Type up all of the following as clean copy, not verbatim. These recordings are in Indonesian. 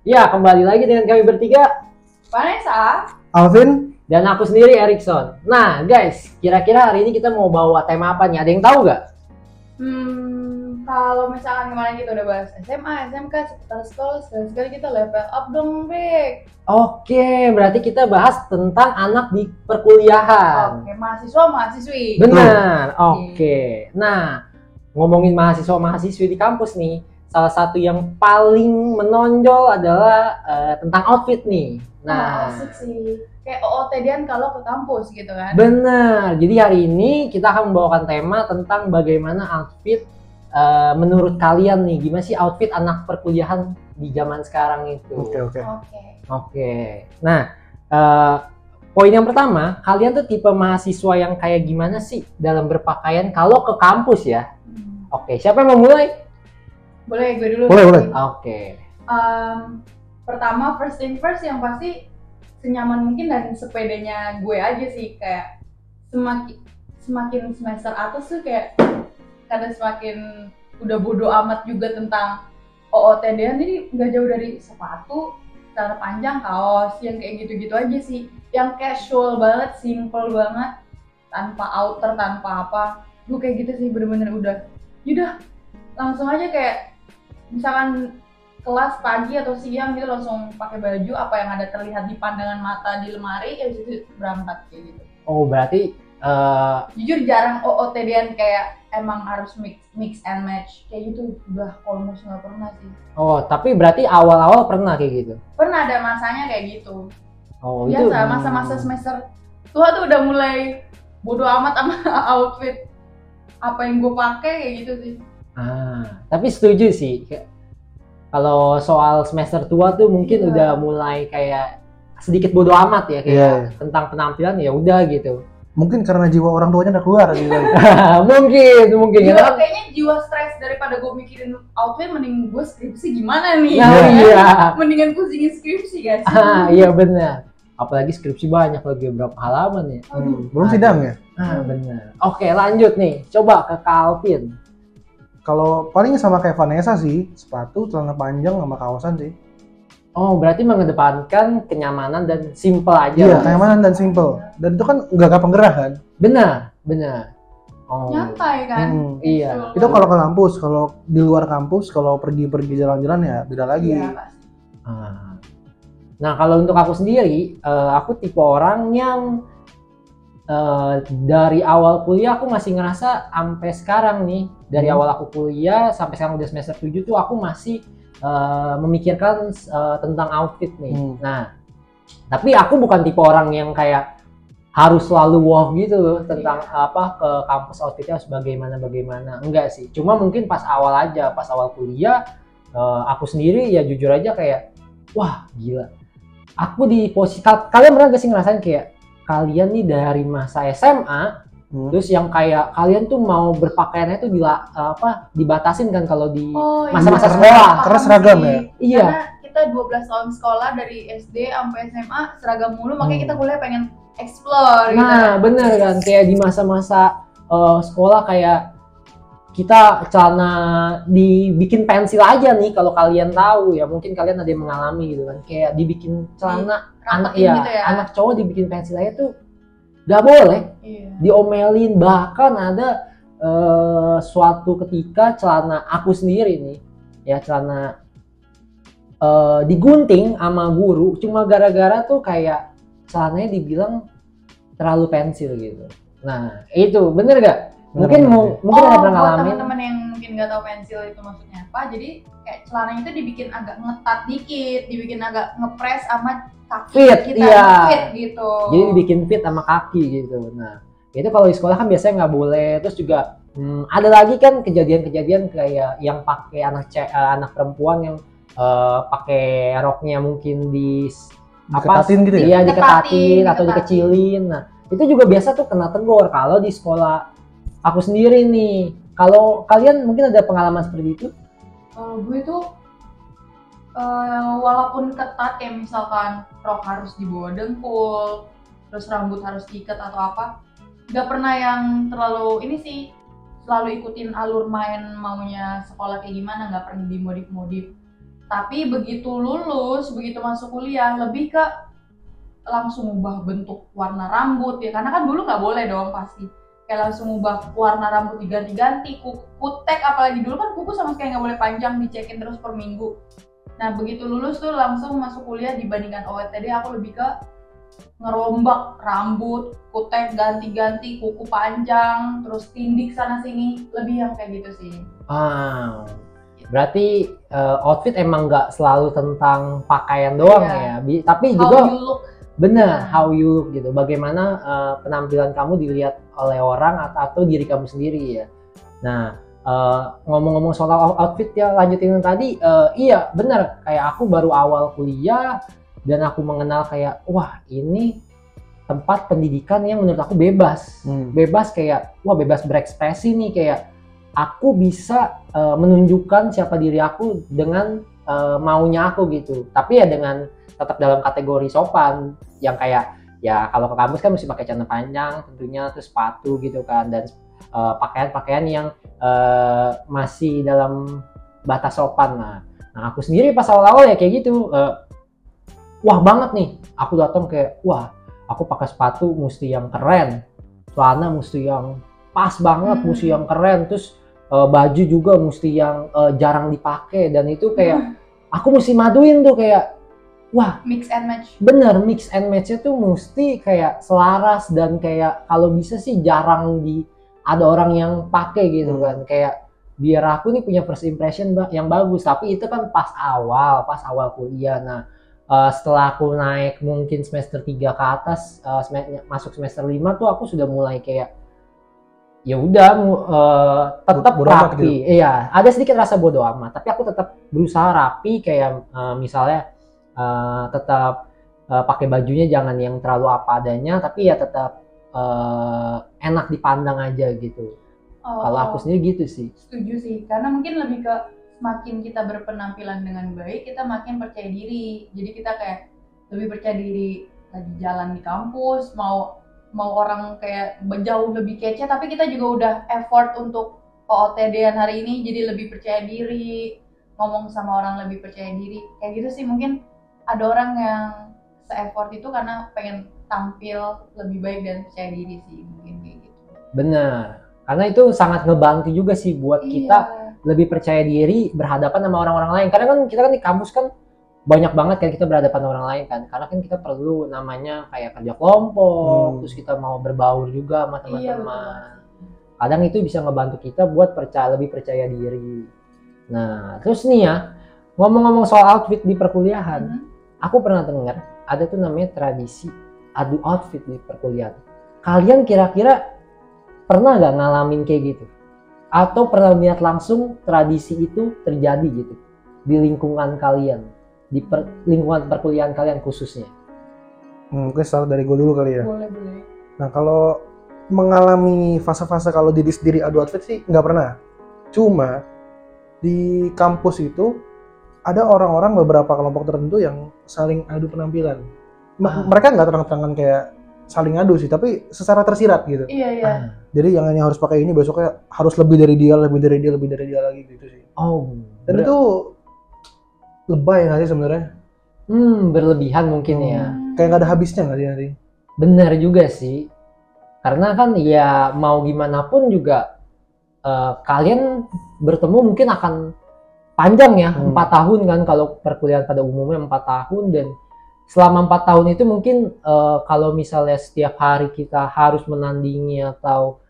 Ya, kembali lagi dengan kami bertiga, Vanessa, Alvin, dan aku sendiri Erikson. Nah, guys, kira-kira hari ini kita mau bawa tema apa nih? Ada yang tahu nggak? kalau misalkan kemarin kita udah bahas SMA, SMK, seputar sekolah, sekali-sekali kita level up dong, Bek. Oke, berarti kita bahas tentang anak di perkuliahan. Oke, mahasiswa-mahasiswi. Benar, oke. Nah, ngomongin mahasiswa-mahasiswi di kampus nih, salah satu yang paling menonjol adalah tentang outfit nih. Nah, Asik sih. Kayak OOTD-an kalau ke kampus gitu kan. benar. Jadi hari ini kita akan membawakan tema tentang bagaimana outfit menurut kalian nih. Gimana sih outfit anak perkuliahan di zaman sekarang itu? Oke. Oke. Nah, eh, poin yang pertama, kalian tuh tipe mahasiswa yang kayak gimana sih dalam berpakaian kalau ke kampus ya? Oke, siapa yang mau mulai? Boleh, gue dulu. Boleh. Oke. Pertama, first thing first, yang pasti senyaman mungkin dan sepedanya gue aja sih. Kayak semakin semester atas tuh kayak karena semakin udah bodo amat juga tentang OOTD-an, jadi nggak jauh dari sepatu, celana panjang, kaos, yang kayak gitu-gitu aja sih. Yang casual banget, simple banget, tanpa outer, tanpa apa. Gue kayak gitu sih, bener-bener udah langsung aja kayak misalkan kelas pagi atau siang gitu langsung pakai baju apa yang ada terlihat di pandangan mata di lemari, ya itu berangkat kayak gitu. Oh, berarti Jujur jarang OOTD-an kayak emang harus mix and match kayak gitu, udah almost nggak pernah sih. oh, tapi berarti awal-awal pernah kayak gitu. Pernah ada masanya kayak gitu. Oh, itu Biasa masa-masa semester tua tuh udah mulai bodo amat sama outfit apa yang gue pakai kayak gitu sih. Tapi setuju sih. Kalau soal semester tua tuh mungkin Iya. udah mulai kayak sedikit bodo amat ya kayak Iya. tentang penampilan ya udah gitu. Mungkin karena jiwa orang tuanya udah keluar gitu. mungkin ya. Jiwa, kayaknya jiwa stres daripada gue mikirin outfit, mending gue skripsi gimana nih. Nah, ya kan? iya. Mendingan pusingin skripsi kan sih. Iya benar. Apalagi skripsi banyak lagi berapa halaman ya. Belum sidang ya? Benar. Oke, lanjut nih. Coba ke Calvin. Kalau paling sama kayak Vanessa sih, sepatu, celana panjang sama kaosan sih. Oh, berarti mengedepankan kenyamanan dan simple aja. Iya, lah. kenyamanan dan simple. Dan itu kan nggak gampang gerah kan? Benar. Oh. Nyantai kan. Iya. Itu kalau ke kampus, kalau di luar kampus, kalau pergi jalan-jalan ya beda lagi. Iya, pasti. Nah, kalau untuk aku sendiri, aku tipe orang yang dari awal kuliah aku masih ngerasa sampai sekarang nih, dari awal aku kuliah sampai sekarang udah semester 7 tuh aku masih memikirkan tentang outfit nih. Nah, tapi aku bukan tipe orang yang kayak harus selalu wow gitu loh tentang apa ke kampus outfitnya harus bagaimana. Enggak sih, cuma mungkin pas awal kuliah aku sendiri ya jujur aja kayak wah gila, aku di posisi kalian pernah gak sih ngerasain kayak kalian nih dari masa SMA terus yang kayak kalian tuh mau berpakaiannya tuh dibatasin kan kalau di masa-masa sekolah karena seragam ya. Iya. Karena kita 12 tahun sekolah dari SD sampai SMA seragam mulu, makanya kita kuliah pengen explore gitu. Nah, bener kan kayak di masa-masa sekolah kayak kita celana dibikin pensil aja nih, kalau kalian tahu ya mungkin kalian ada yang mengalami gitu kan, kayak dibikin celana anak gitu ya. anak cowok dibikin pensil aja tuh gak boleh. Diomelin, bahkan ada suatu ketika celana aku sendiri nih ya, celana digunting sama guru cuma gara-gara tuh kayak celananya dibilang terlalu pensil gitu. Nah itu bener gak? Mungkin ada pernah ngalamin. Teman-teman yang mungkin nggak tahu pensil itu maksudnya apa, jadi kayak celananya itu dibikin agak ngetat dikit, dibikin agak ngepres sama kaki Fit, kita, iya. fit gitu. Jadi dibikin fit sama kaki gitu. Nah itu kalau di sekolah kan biasanya nggak boleh. Terus juga ada lagi kan kejadian-kejadian kayak yang pakai anak perempuan yang pakai roknya mungkin Diketatin gitu ya? Iya, diketatin atau diketatin. dikecilin. Nah itu juga biasa tuh kena tegur kalau di sekolah aku sendiri nih. Kalau kalian mungkin ada pengalaman seperti itu? Kalau gue tuh walaupun ketat kayak misalkan rok harus di bawah dengkul, terus rambut harus diikat atau apa, nggak pernah yang terlalu ini sih, selalu ikutin alur main maunya sekolah kayak gimana, nggak pernah dimodif-modif. Tapi begitu lulus, begitu masuk kuliah, lebih ke langsung ubah bentuk warna rambut ya, karena kan dulu nggak boleh dong pasti. Kayak langsung ubah warna rambut diganti-ganti, kutek, apalagi dulu kan kuku sama sekali nggak boleh panjang, dicekin terus per minggu. Nah begitu lulus tuh langsung masuk kuliah, dibandingkan OOTD aku lebih ke ngerombak rambut, kutek ganti-ganti, kuku panjang, terus tindik sana sini, lebih yang kayak gitu sih. Berarti outfit emang nggak selalu tentang pakaian doang ya, tapi juga how you look. Bener, how you look gitu. Bagaimana penampilan kamu dilihat oleh orang atau diri kamu sendiri ya. Nah, ngomong-ngomong soal outfit ya, lanjutin yang tadi, iya bener, kayak aku baru awal kuliah dan aku mengenal kayak, wah ini tempat pendidikan yang menurut aku bebas. Bebas kayak, wah bebas berekspresi nih, kayak aku bisa menunjukkan siapa diri aku dengan maunya aku gitu. Tapi ya dengan tetap dalam kategori sopan, yang kayak ya kalau ke kampus kan mesti pakai celana panjang tentunya, terus sepatu gitu kan, dan pakaian-pakaian yang masih dalam batas sopan. Nah aku sendiri pas awal-awal ya kayak gitu, wah banget nih, aku datang kayak wah aku pakai sepatu mesti yang keren, celana mesti yang pas banget, mesti yang keren, terus baju juga mesti yang jarang dipakai, dan itu kayak aku mesti maduin tuh kayak wah mix and match. Bener, mix and match-nya tuh mesti kayak selaras, dan kayak kalau bisa sih jarang ada orang yang pakai gitu kan, kayak biar aku nih punya first impression yang bagus. Tapi itu kan pas awal kuliah. Nah setelah aku naik mungkin semester 3 ke atas, masuk semester 5 tuh aku sudah mulai kayak ya udah tetap rapi gitu. Iya, ada sedikit rasa bodo amat, tapi aku tetap berusaha rapi, kayak misalnya tetap pakai bajunya jangan yang terlalu apa adanya, tapi ya tetap enak dipandang aja gitu. Kalau aku sendiri gitu sih. Setuju sih, karena mungkin lebih ke semakin kita berpenampilan dengan baik, kita makin percaya diri. Jadi kita kayak lebih percaya diri lagi jalan di kampus, mau orang kayak jauh lebih kece, tapi kita juga udah effort untuk OOTD-an hari ini, jadi lebih percaya diri, ngomong sama orang lebih percaya diri. Kayak gitu sih, mungkin ada orang yang se-effort itu karena pengen tampil lebih baik dan percaya diri sih, mungkin kayak gitu. Bener, karena itu sangat ngebantu juga sih buat kita lebih percaya diri berhadapan sama orang-orang lain. Karena kan kita kan di kampus kan banyak banget kan kita berhadapan sama orang lain kan, karena kan kita perlu namanya kayak kerja kelompok, terus kita mau berbaur juga sama teman-teman. Kadang itu bisa ngebantu kita buat lebih percaya diri. Nah terus nih ya, ngomong-ngomong soal outfit di perkuliahan, aku pernah dengar ada tuh namanya tradisi adu outfit di perkuliahan. Kalian kira-kira pernah gak ngalamin kayak gitu? Atau pernah lihat langsung tradisi itu terjadi gitu di lingkungan kalian, di lingkungan perkuliahan kalian khususnya? Mungkin start dari gue dulu kali ya. Boleh. Nah kalau mengalami fase-fase kalau diri sendiri adu outfit sih nggak pernah. Cuma di kampus itu ada orang-orang beberapa kelompok tertentu yang saling adu penampilan. Mereka nggak terang-terangan kayak saling adu sih, tapi secara tersirat gitu. Iya. Jadi yang hanya harus pakai ini, besoknya harus lebih dari dia lagi gitu sih. Dan itu lebay nggak sih sebenarnya? Berlebihan mungkin ya. Kayak nggak ada habisnya nggak sih nanti? Benar juga sih. Karena kan ya mau gimana pun juga kalian bertemu mungkin akan panjang ya, 4 tahun kan kalau perkuliahan pada umumnya 4 tahun, dan selama 4 tahun itu mungkin kalau misalnya setiap hari kita harus menandingi atau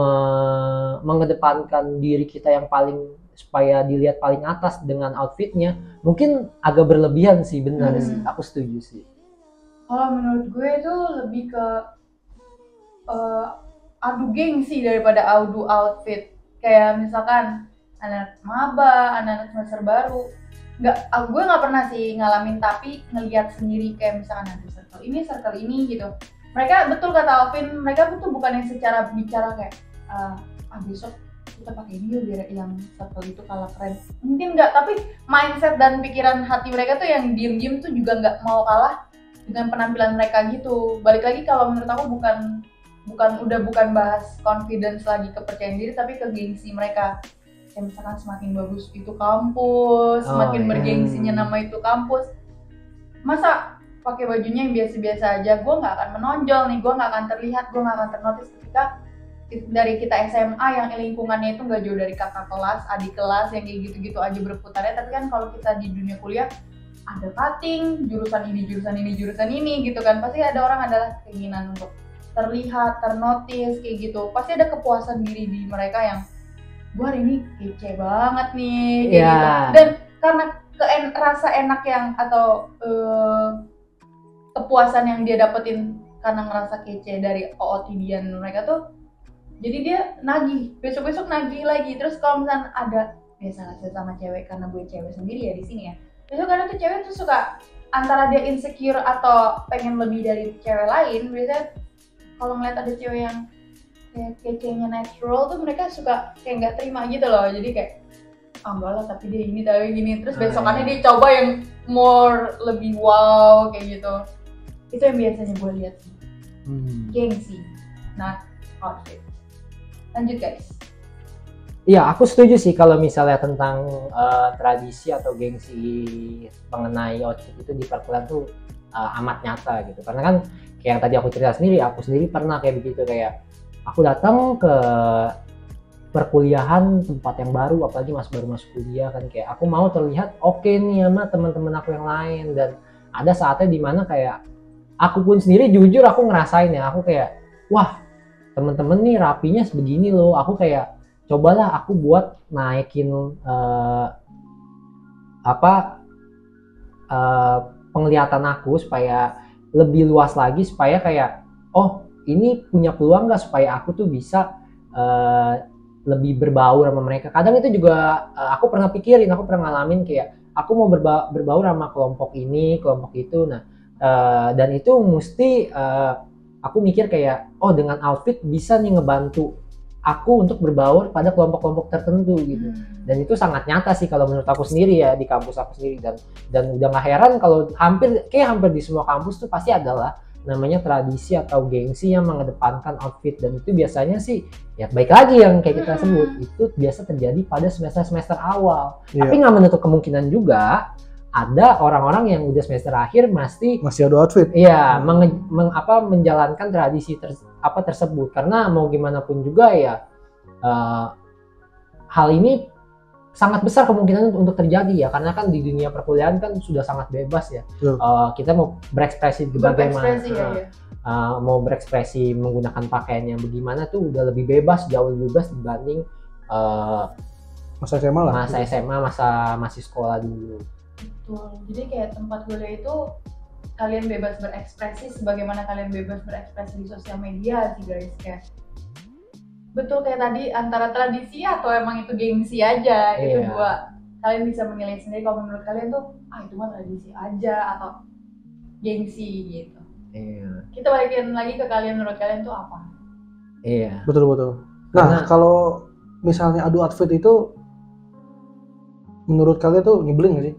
mengedepankan diri kita yang paling supaya dilihat paling atas dengan outfitnya, mungkin agak berlebihan sih. Benar sih, aku setuju sih. Kalau menurut gue itu lebih ke adu gengsi daripada adu outfit. Kayak misalkan anak maba, anak semester baru, gue nggak pernah sih ngalamin, tapi ngelihat sendiri kayak misalkan ada circle ini gitu. Mereka betul kata Alvin, mereka tuh bukan yang secara bicara kayak besok kita pakai ini yuk biar yang circle itu kalah keren. Mungkin nggak, tapi mindset dan pikiran hati mereka tuh yang diem-diem tuh juga nggak mau kalah dengan penampilan mereka gitu. Balik lagi kalau menurut aku bukan bahas confidence lagi, kepercayaan diri, tapi ke gengsi mereka. kayak misalkan semakin bagus itu kampus, semakin bergengsinya nama itu kampus. Masa pakai bajunya yang biasa-biasa aja, gue nggak akan menonjol nih, gue nggak akan terlihat, gue nggak akan ternotis ketika dari kita SMA yang lingkungannya itu nggak jauh dari kakak kelas, adik kelas yang kayak gitu-gitu aja berputarnya. Tapi kan kalau kita di dunia kuliah ada cutting, jurusan ini gitu kan, pasti ada orang adalah keinginan untuk terlihat, ternotis kayak gitu. Pasti ada kepuasan diri di mereka yang gue hari ini kece banget nih kayak gitu. Dan karena rasa enak yang atau kepuasan yang dia dapetin karena ngerasa kece dari OOTD-an mereka tuh, jadi dia nagih, besok-besok nagih lagi. Terus kalau misalnya ada biasa sama cewek, karena gue cewek sendiri ya di sini ya, biasanya kadang tuh cewek tuh suka antara dia insecure atau pengen lebih dari cewek lain. Biasanya kalau ngeliat ada cewek yang kayak kecenya natural tuh mereka suka kayak nggak terima gitu loh. Jadi kayak enggak lah, tapi dia ini tapi gini. Terus besokannya dia coba yang more lebih wow kayak gitu. Itu yang biasanya gue lihat sih. Gengsi, not outfit. Lanjut guys. Iya, aku setuju sih kalau misalnya tentang tradisi atau gengsi mengenai outfit itu di perkuliahan tuh amat nyata gitu. Karena kan kayak yang tadi aku cerita sendiri, aku sendiri pernah kayak begitu, kayak aku datang ke perkuliahan tempat yang baru, apalagi baru masuk kuliah kan, kayak aku mau terlihat oke nih sama teman-teman aku yang lain. Dan ada saatnya dimana kayak aku pun sendiri jujur aku ngerasain ya, aku kayak wah temen-temen nih rapinya sebegini loh. Aku kayak cobalah aku buat naikin penglihatan aku supaya lebih luas lagi, supaya kayak oh ini punya peluang nggak supaya aku tuh bisa lebih berbaur sama mereka. Kadang itu juga aku pernah pikirin, aku pernah ngalamin kayak aku mau berbaur sama kelompok ini, kelompok itu. Nah dan itu mesti aku mikir kayak oh dengan outfit bisa nih ngebantu aku untuk berbaur pada kelompok-kelompok tertentu gitu. Dan itu sangat nyata sih kalau menurut aku sendiri ya, di kampus aku sendiri. Dan udah gak heran kalau hampir di semua kampus tuh pasti adalah namanya tradisi atau gengsi yang mengedepankan outfit. Dan itu biasanya sih ya baik lagi yang kayak kita sebut, itu biasa terjadi pada semester awal. Tapi gak menutup kemungkinan juga ada orang-orang yang udah semester akhir masih ada outfit. Iya, menjalankan tradisi tersebut. Karena mau gimana pun juga ya hal ini sangat besar kemungkinan untuk terjadi ya, karena kan di dunia perkuliahan kan sudah sangat bebas ya. Kita mau berekspresi bagaimana, mau berekspresi menggunakan pakaian yang bagaimana tuh udah lebih bebas, jauh lebih bebas dibanding masa SMA lah. Masa SMA, masa masih sekolah dulu. Betul. Jadi kayak tempat kuliah itu kalian bebas berekspresi sebagaimana kalian bebas berekspresi di sosial media sih guys. Kayak betul kayak tadi, antara tradisi atau emang itu gengsi aja. Itu dua, kalian bisa menilai sendiri kalau menurut kalian tuh itu mah tradisi aja atau gengsi gitu. Kita balikin lagi ke kalian, menurut kalian tuh apa? Betul. Nah kalau misalnya adu outfit itu menurut kalian tuh nyebelin gak sih?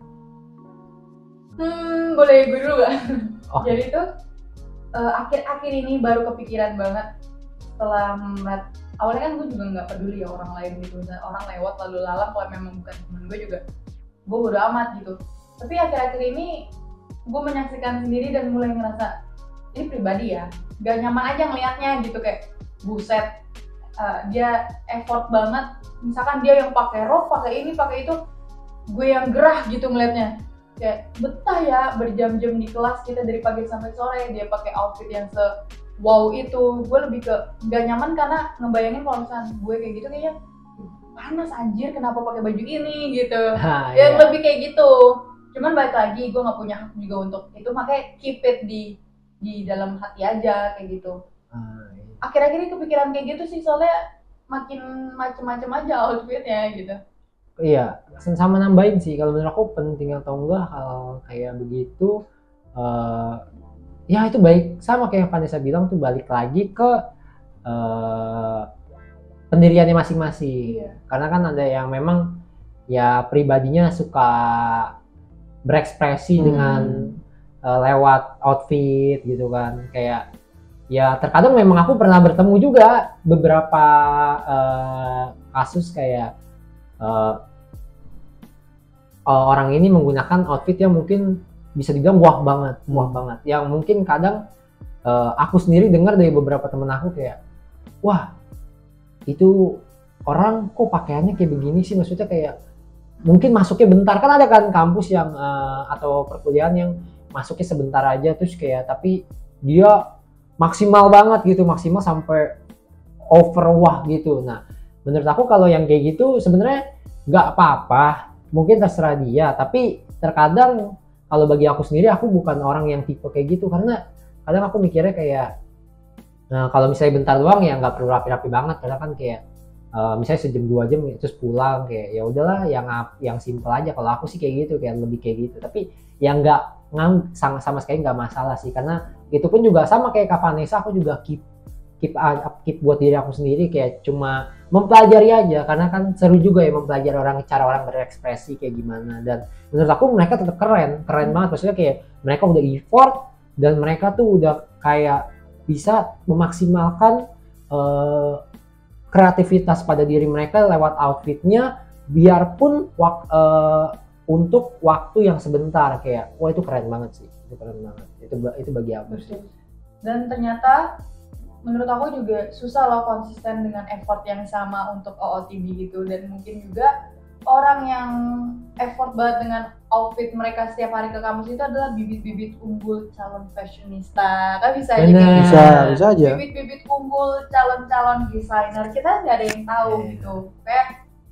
Boleh gue dulu gak? Okay. Jadi tuh akhir-akhir ini baru kepikiran banget setelah melihat, awalnya kan gue juga nggak peduli ya orang lain gitu, misalnya orang lewat lalu lalang kalau memang bukan teman gue juga gue bodo amat gitu. Tapi akhir-akhir ini gue menyaksikan sendiri dan mulai ngerasa ini pribadi ya, gak nyaman aja ngelihatnya gitu, kayak buset dia effort banget, misalkan dia yang pakai rok, pakai ini, pakai itu, gue yang gerah gitu ngelihatnya. Kayak betah ya berjam-jam di kelas kita dari pagi sampai sore, dia pakai outfit yang wow itu. Gue lebih ke gak nyaman karena ngebayangin kalau misalnya gue kayak gitu kayaknya panas anjir, kenapa pakai baju ini gitu. Yang lebih kayak gitu. Cuman balik lagi gue nggak punya hak juga untuk itu, makanya keep it di dalam hati aja kayak gitu. Akhir-akhir ini kepikiran kayak gitu sih, soalnya makin macem-macem aja outfitnya gitu. Iya, sama nambahin sih, kalau menurut aku penting atau enggak hal kayak begitu, ya itu baik, sama kayak yang Vanessa bilang tuh balik lagi ke pendiriannya masing-masing. Karena kan ada yang memang ya pribadinya suka berekspresi dengan lewat outfit gitu kan. Kayak ya terkadang memang aku pernah bertemu juga beberapa kasus kayak orang ini menggunakan outfit yang mungkin bisa dibilang wah banget, yang mungkin kadang aku sendiri dengar dari beberapa temen aku kayak, wah itu orang kok pakaiannya kayak begini sih, maksudnya kayak mungkin masuknya bentar, kan ada kan kampus yang atau perkuliahan yang masuknya sebentar aja terus kayak, tapi dia maksimal banget gitu, maksimal sampai over wah gitu. Nah menurut aku kalau yang kayak gitu sebenarnya nggak apa-apa, mungkin terserah dia, tapi terkadang kalau bagi aku sendiri, aku bukan orang yang tipe kayak gitu, karena kadang aku mikirnya kayak, nah kalau misalnya bentar doang ya nggak perlu rapi-rapi banget, karena kan kayak misalnya sejam 2 jam terus pulang, kayak ya udahlah yang simple aja. Kalau aku sih kayak gitu, kayak lebih kayak gitu, tapi yang nggak sama sekali nggak masalah sih, karena itu pun juga sama kayak Kak Vanessa, aku juga keep buat diri aku sendiri, kayak cuma mempelajari aja, karena kan seru juga ya mempelajari cara orang berekspresi kayak gimana. Dan menurut aku mereka tetap keren banget, maksudnya kayak mereka udah effort dan mereka tuh udah kayak bisa memaksimalkan kreativitas pada diri mereka lewat outfitnya, biarpun untuk waktu yang sebentar. Kayak wah itu keren banget sih, itu keren banget, itu bagi aku sih. Dan ternyata menurut aku juga susah loh konsisten dengan effort yang sama untuk OOTD gitu, dan mungkin juga orang yang effort banget dengan outfit mereka setiap hari ke kampus itu adalah bibit-bibit unggul calon fashionista, kan bisa aja kayak gitu. Bisa aja. Bibit-bibit unggul calon desainer, kita nggak ada yang tahu gitu. Kayak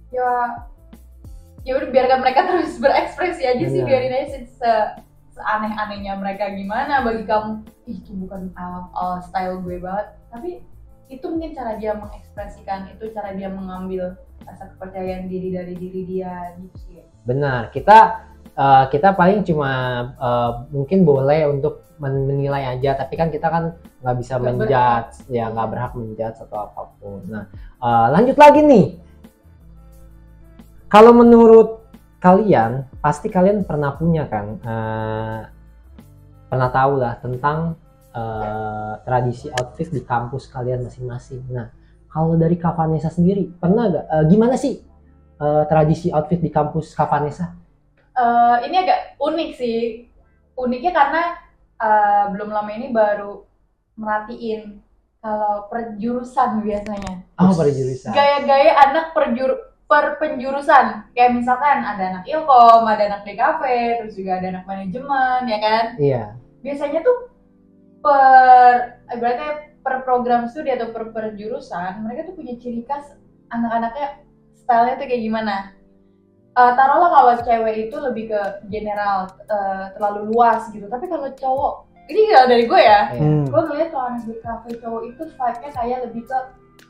ya udah biarkan mereka terus berekspresi aja sih, biarin aja seaneh-anehnya mereka gimana. Bagi kamu itu bukan style gue banget, tapi itu mungkin cara dia mengekspresikan, itu cara dia mengambil rasa kepercayaan diri dari diri dia gitu sih. Benar, kita paling cuma mungkin boleh untuk menilai aja, tapi kan kita kan nggak bisa menjudge, ya nggak berhak menjudge atau apapun. Nah lanjut lagi nih, kalau menurut kalian pasti kalian pernah punya kan, pernah tahu lah tentang tradisi outfit di kampus kalian masing-masing. Nah kalau dari Kak Vanessa sendiri pernah nggak, gimana sih tradisi outfit di kampus Kak Vanessa? Ini agak unik sih, uniknya karena belum lama ini baru merhatiin kalau perjurusan biasanya. Perjurusan. Gaya-gaya anak penjurusan, kayak misalkan ada anak Ilkom, ada anak DKV, terus juga ada anak manajemen, ya kan? Iya. Biasanya tuh ibaratnya per program studi atau per jurusan, mereka tuh punya ciri khas anak-anaknya, stylenya tuh kayak gimana. Taruhlah kalau cewek itu lebih ke general, terlalu luas gitu, tapi kalau cowok, ini kalau dari gue ya, gue ngeliat kalau anak DKV cowok itu vibe-nya kayak lebih ke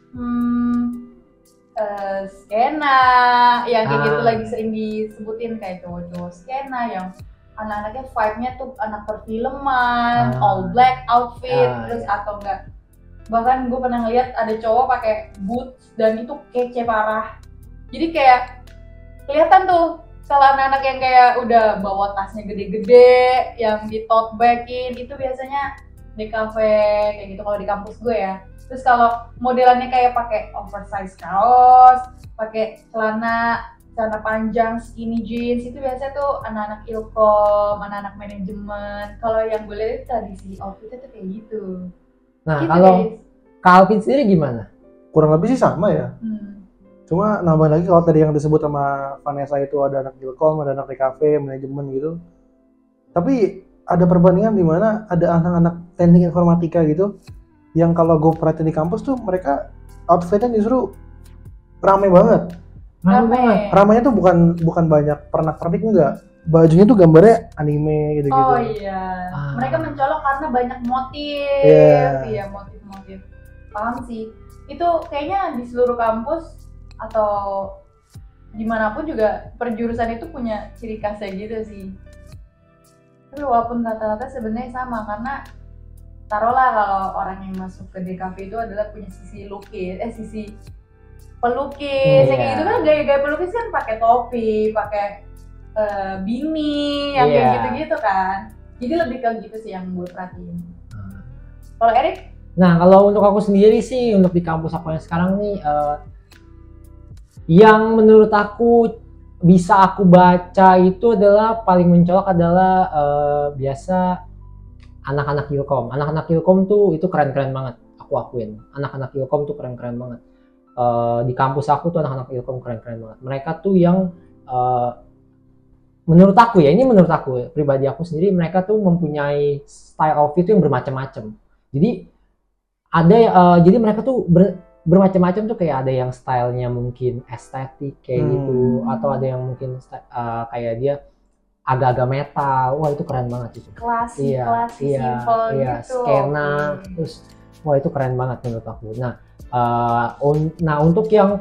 skena, yang kayak gitu lagi sering disebutin, kayak cowok-cowok skena yang anak-anaknya vibe-nya tuh anak perfilman, all black outfit, terus atau enggak, bahkan gue pernah ngeliat ada cowok pakai boots dan itu kece parah. Jadi kayak kelihatan tuh kalau anak-anak yang kayak udah bawa tasnya gede-gede, yang di tote bagin, itu biasanya di cafe kayak gitu kalau di kampus gue ya. Terus kalau modelannya kayak pakai oversize kaos, pakai celana panjang skinny jeans, itu biasanya tuh anak-anak Ilkom, anak-anak manajemen. Kalau yang gue lihat tradisi outfitnya tuh kayak gitu. Nah gitu, kalau Kak Alvin sendiri gimana? Kurang lebih sih sama ya. Cuma nambah lagi kalau tadi yang disebut sama Vanessa itu ada anak Ilkom, ada anak DKV, manajemen gitu. Tapi ada perbandingan di mana ada anak-anak teknik informatika gitu, yang kalau gue perhatiin di kampus tuh mereka outfitnya justru rame banget. Ramenya tuh bukan banyak pernak-pernik, enggak. Bajunya tuh gambarnya anime gitu-gitu. Oh iya. Mereka mencolok karena banyak motif. Iya, motif-motif. Paham sih. Itu kayaknya di seluruh kampus atau dimanapun juga perjurusan itu punya ciri khasnya gitu sih. Tapi walaupun rata-rata sebenarnya sama, karena taruhlah kalau orang yang masuk ke DKV itu adalah punya sisi sisi pelukis, kayak gitu kan, gaya-gaya pelukis kan pakai topi, pakai beanie, yang kayak gitu-gitu kan. Jadi lebih ke gitu sih yang gue perhatiin. Kalau Erik? Nah kalau untuk aku sendiri sih, untuk di kampus aku yang sekarang nih, Yang menurut aku bisa aku baca itu adalah paling mencolok adalah biasa anak-anak Ilkom. Anak-anak Ilkom tuh itu keren-keren banget. Aku akuin. Anak-anak Ilkom tuh keren-keren banget. Di kampus aku tuh anak-anak Ilkom keren-keren banget. Mereka tuh yang menurut aku ya, ini menurut aku pribadi aku sendiri, mereka tuh mempunyai style outfit yang bermacam-macam. Jadi ada jadi mereka tuh bermacam-macam tuh, kayak ada yang stylenya mungkin estetik kayak gitu, atau ada yang mungkin kayak dia agak-agak metal. Wah itu keren banget itu. Klasik, simple gitu. Skena, terus wah itu keren banget menurut aku. Nah untuk yang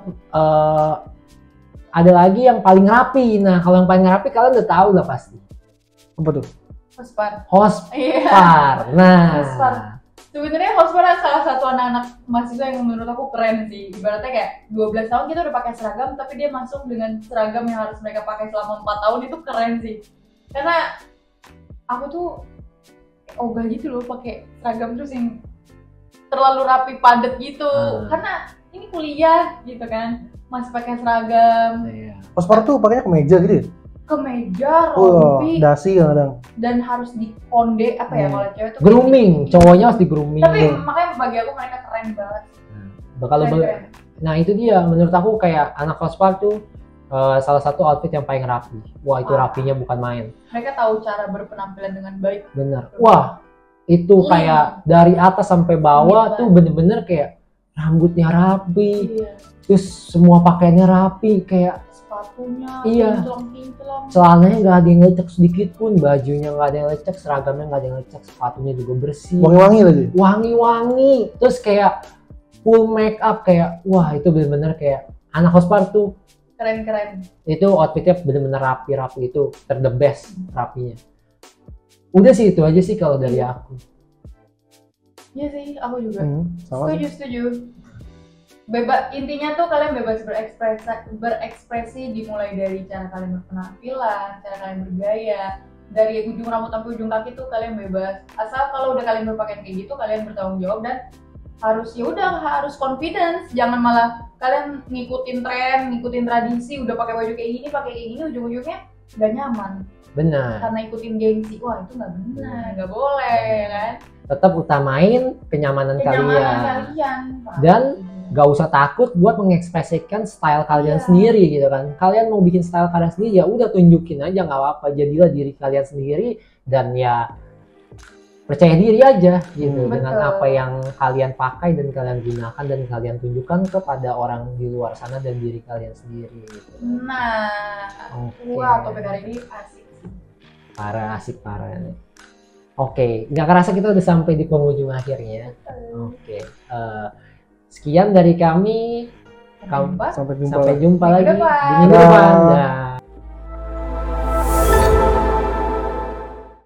ada lagi yang paling rapi. Nah kalau yang paling rapi kalian udah tahu lah pasti. Apa tuh? Hospar. Iya. Nah. Hospar. Sebenarnya Hospar salah satu anak-anak mahasiswa yang menurut aku keren sih. Ibaratnya kayak 12 tahun kita udah pakai seragam, tapi dia masuk dengan seragam yang harus mereka pakai selama 4 tahun, itu keren sih. Karena aku tuh ogah gitu loh pakai seragam terus yang terlalu rapi padat gitu. Karena ini kuliah gitu kan, masih pakai seragam. Hospar tuh pakainya kemeja gitu ya? Kemeja, rompi, dasi kadang. dan harus dikonde apa ya kalau cewek tuh grooming, cowoknya harus di grooming. Tapi makanya bagi aku mereka keren banget. Nah itu dia, menurut aku kayak anak Hospar tuh salah satu outfit yang paling rapi. Wah itu rapinya bukan main. Mereka tahu cara berpenampilan dengan baik. Bener. Wah itu kayak dari atas sampai bawah tuh bener-bener kayak rambutnya rapi, terus semua pakaiannya rapi, kayak sepatunya, kinclong, celananya nggak ada yang lecek sedikit pun, bajunya nggak ada yang lecek, seragamnya nggak ada yang lecek, sepatunya juga bersih, wangi-wangi lagi, wangi-wangi, terus kayak full make up, kayak wah itu bener-bener kayak anak Hospar tuh keren-keren. Itu outfitnya bener-bener rapi-rapi, itu the best rapinya. Udah sih itu aja sih kalau dari aku. Iya sih, aku juga. Setuju. Intinya tuh kalian bebas berekspresi dimulai dari cara kalian berpenampilan, cara kalian bergaya, dari ujung rambut sampai ujung kaki tuh kalian bebas. Asal kalau udah kalian berpakaian kayak gitu, kalian bertanggung jawab dan harus confidence. Jangan malah kalian ngikutin tren, ngikutin tradisi, udah pakai baju kayak gini, ujung-ujungnya gak nyaman. Benar. Karena ikutin gengsi, wah itu nggak benar, nggak boleh kan. Tetap utamain kenyamanan kalian. Dan gak usah takut buat mengekspresikan style kalian sendiri gitu kan. Kalian mau bikin style kalian sendiri, ya udah tunjukin aja, nggak apa-apa. Jadilah diri kalian sendiri dan ya percaya diri aja gitu dengan apa yang kalian pakai dan kalian gunakan dan kalian tunjukkan kepada orang di luar sana dan diri kalian sendiri gitu. Wah, topik hari ini asik sih. Parah nih. Oke, nggak kerasa kita udah sampai di penghujung akhirnya. Sekian dari kami. Sampai jumpa lagi di minggu depan.